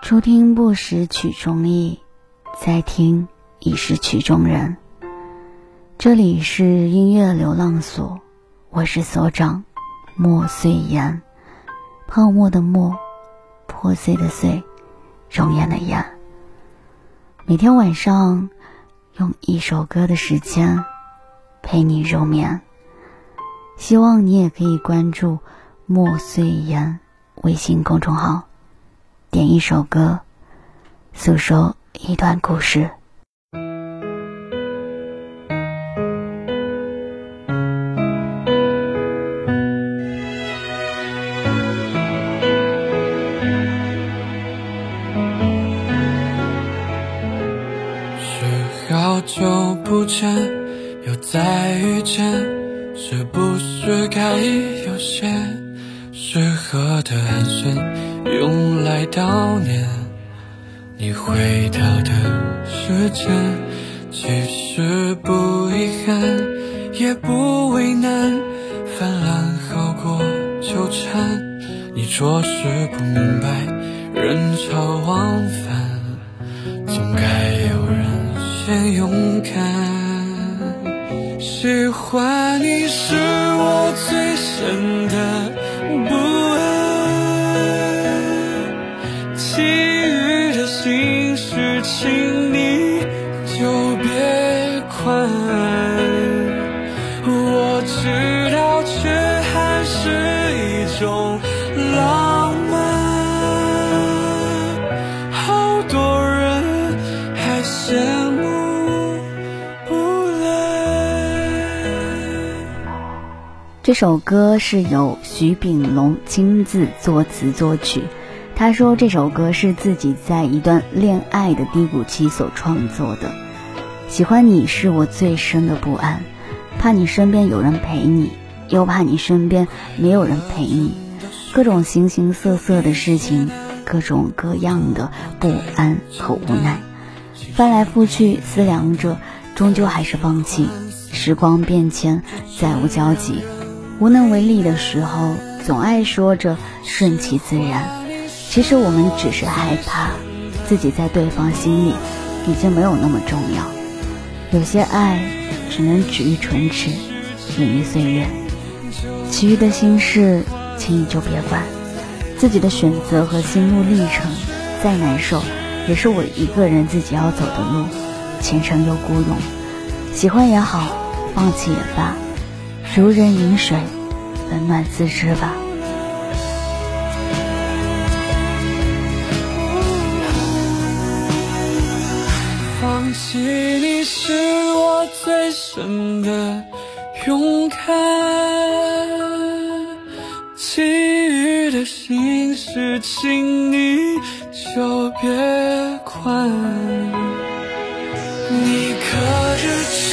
初听不识曲中意，再听已是曲中人。这里是音乐流浪所，我是所长莫碎言，泡沫的沫，破碎的碎，容颜的颜。每天晚上用一首歌的时间陪你入眠，希望你也可以关注莫碎言微信公众号，点一首歌，诉说一段故事。 是好久不见，又再遇见，是不是该有些适合的寒暄，用来悼念你回到的时间。其实不遗憾，也不为难，泛滥好过纠缠。你着实不明白，人潮往返，总该有人先勇敢。喜欢你是我最深的不安，其余的心事请你就别管。我知道却还是一种浪漫，好多人还羡慕不来。 这首歌是由徐秉龙亲自作词作曲，他说这首歌是自己在一段恋爱的低谷期所创作的。喜欢你是我最深的不安，怕你身边有人陪你，又怕你身边没有人陪你，各种形形色色的事情，各种各样的不安和无奈，翻来覆去思量着，终究还是放弃。时光变迁，再无交集，无能为力的时候，总爱说着顺其自然。其实我们只是害怕自己在对方心里已经没有那么重要，有些爱只能止于唇齿，隐于岁月，其余的心事请你就别管。自己的选择和心路历程再难受，也是我一个人自己要走的路，前程又孤勇。喜欢也好，放弃也罢，如人饮水，冷暖自知吧。 放弃你是我最深的勇敢，其余的心事请你就别管。你可知